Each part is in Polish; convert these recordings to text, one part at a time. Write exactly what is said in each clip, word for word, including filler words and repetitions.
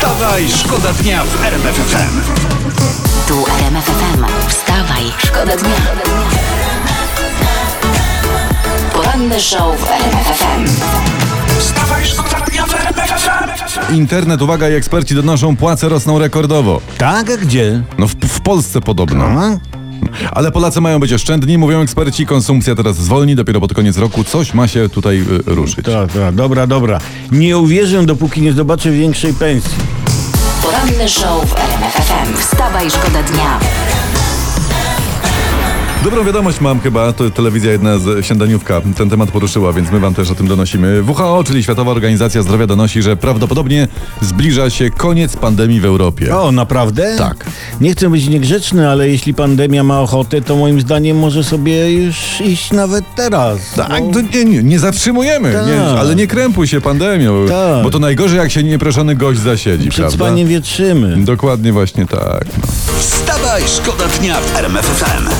Wstawaj, szkoda dnia w R M F F M. Tu R M F F M. Wstawaj, szkoda dnia. Poranny show w R M F F M. Wstawaj, szkoda dnia w R M F F M. Internet, uwaga, i eksperci donoszą, płace rosną rekordowo. Tak, a gdzie? No w, w Polsce podobno. A? Ale Polacy mają być oszczędni, mówią eksperci, konsumpcja teraz zwolni, dopiero pod koniec roku coś ma się tutaj y, ruszyć. Tak, tak, dobra, dobra. Nie uwierzę, dopóki nie zobaczę większej pensji. Poranny show w R M F F M. Wstawaj, szkoda dnia. Dobrą wiadomość mam chyba, to telewizja jedna z Śniadaniówka ten temat poruszyła, więc my wam też o tym donosimy. W H O, czyli Światowa Organizacja Zdrowia, donosi, że prawdopodobnie zbliża się koniec pandemii w Europie. O, naprawdę? Tak. Nie chcę być niegrzeczny, ale jeśli pandemia ma ochotę, to moim zdaniem może sobie już iść nawet teraz. Tak, No. to nie, nie, nie zatrzymujemy, Tak. nie, ale nie krępuj się pandemią, Tak. bo to najgorzej, jak się nieproszony gość zasiedzi, Przed prawda? spaniem wietrzymy. Dokładnie właśnie tak. No. Wstawaj, szkoda dnia w R M F F M.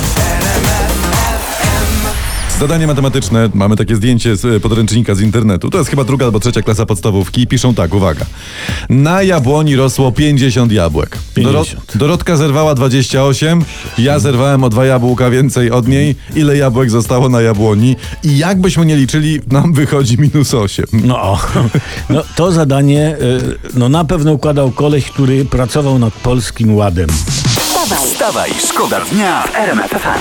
Zadanie matematyczne, mamy takie zdjęcie z podręcznika z internetu. To jest chyba druga albo trzecia klasa podstawówki. Piszą tak, uwaga. Na jabłoni rosło pięćdziesiąt jabłek. pięćdziesiąt. Dorotka zerwała dwadzieścia osiem, ja zerwałem o dwa jabłka więcej od niej. Ile jabłek zostało na jabłoni? I jakbyśmy nie liczyli, nam wychodzi minus osiem. No, no to zadanie y, no na pewno układał koleś, który pracował nad Polskim Ładem. Wstawaj. Wstawaj, szkoda dnia w R M F F M.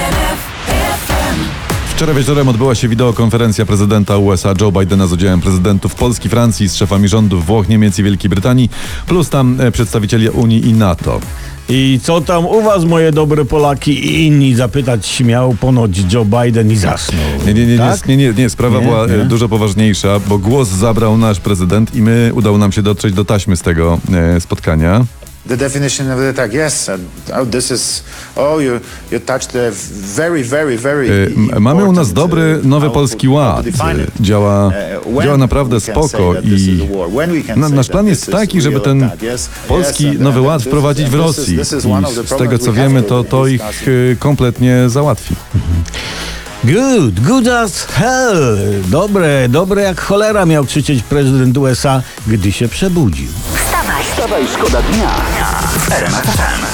Wczoraj wieczorem odbyła się wideokonferencja prezydenta U S A Joe Bidena z udziałem prezydentów Polski, Francji, z szefami rządów Włoch, Niemiec i Wielkiej Brytanii, plus tam e, przedstawicieli Unii i NATO. I co tam u was, moje dobre Polaki i inni, zapytać śmiał ponoć Joe Biden i zasnął. Nie, nie, nie, Tak? nie, nie, nie, sprawa Nie? była e, Nie? dużo poważniejsza, bo głos zabrał nasz prezydent i my udało nam się dotrzeć do taśmy z tego e, spotkania. The definition of the attack, yes. And, oh, this is. Oh, you you touched a very, very, very. E, m- Mamy u nas important, dobry uh, nowy how Polski to- how to Ład. define it. Działa, Uh, when działa naprawdę we can spoko say that this i is a war. When we can na, say nasz that plan this jest is taki, żeby real ten attack, yes. polski Yes, and- nowy and ład this is- wprowadzić w and this is- Rosji. this is one of the I z tego problems co we have wiemy, to to, to ich discuss. e, kompletnie załatwi. Good, good as hell. Dobre, dobre jak cholera, miał krzyczeć prezydent U S A, gdy się przebudził. Wstawaj. Wstawaj, szkoda dnia w R M F F M.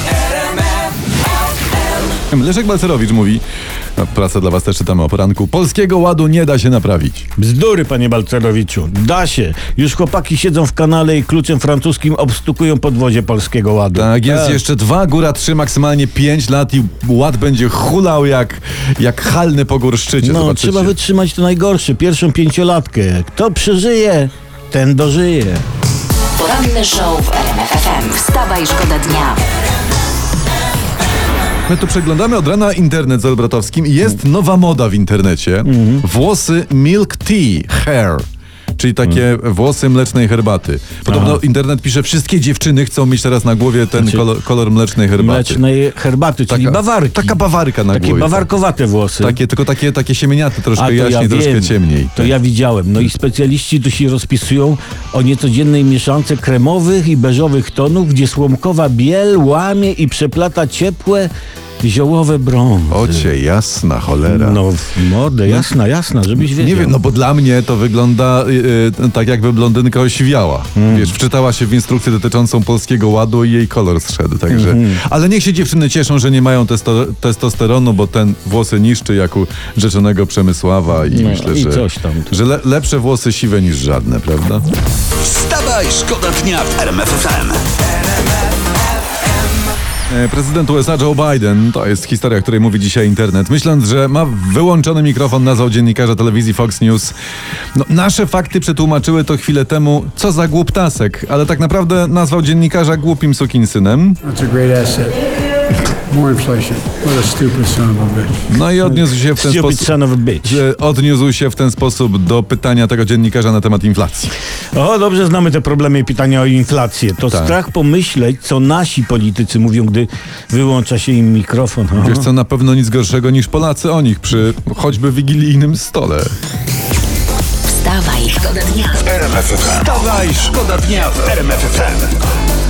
Leszek Balcerowicz mówi, no, pracę dla was też czytamy o poranku, Polskiego Ładu nie da się naprawić. Bzdury, panie Balcerowiczu. Da się. Już chłopaki siedzą w kanale i kluczem francuskim obstukują podwozie Polskiego Ładu. Tak, jest jeszcze dwa, góra trzy, maksymalnie pięć lat i ład będzie hulał jak, jak halny po górszczycie. No, Zobaczycie. trzeba wytrzymać to najgorsze, pierwszą pięciolatkę. Kto przeżyje, ten dożyje. Poranny show w R M F F M. Wstawaj, szkoda dnia. My tu przeglądamy od rana internet z Olbratowskim i jest nowa moda w internecie. Włosy milk tea hair. Czyli takie włosy mlecznej herbaty. Podobno Aha. internet pisze, wszystkie dziewczyny chcą mieć teraz na głowie ten Znaczy, kolor, kolor mlecznej herbaty. Mlecznej herbaty, czyli Taka- bawarki. Taka bawarka na Takie głowie. bawarkowate włosy. Takie, tylko takie, takie siemieniate, troszkę to jaśniej, ja troszkę wiem, ciemniej. To ja widziałem. No i specjaliści tu się rozpisują o niecodziennej mieszance kremowych i beżowych tonów, gdzie słomkowa biel łamie i przeplata ciepłe, ziołowe brązy. Ocie, jasna cholera. No w mordę, jasna, jasna, żebyś wiedział. Nie wiem, no bo dla mnie to wygląda y, y, tak, jakby blondynka osiwiała. Mm. Wiesz, wczytała się w instrukcję dotyczącą Polskiego Ładu i jej kolor zszedł, także... Mhm. Ale niech się dziewczyny cieszą, że nie mają testo, testosteronu, bo ten włosy niszczy jak u rzeczonego Przemysława i No, myślę, i że, coś tam. że le, lepsze włosy siwe niż żadne, prawda? Wstawaj, szkoda dnia w R M F F M. E, Prezydent U S A Joe Biden, to jest historia, o której mówi dzisiaj internet, myśląc, że ma wyłączony mikrofon, nazwał dziennikarza telewizji Fox News. No, nasze fakty przetłumaczyły to chwilę temu, co za głuptasek, ale tak naprawdę nazwał dziennikarza głupim sukinsynem. That's a great asset. More inflation. What a stupid son of a bitch. No i odniósł się w ten Stupid sposób... son of a bitch. że Odniósł się w ten sposób do pytania tego dziennikarza na temat inflacji. O, dobrze znamy te problemy i pytania o inflację. To Tak. strach pomyśleć, co nasi politycy mówią, gdy wyłącza się im mikrofon. O. Wiesz co, na pewno nic gorszego niż Polacy o nich przy choćby wigilijnym stole. Wstawaj, szkoda dnia. R M F F M. Wstawaj, szkoda dnia w R M F F M.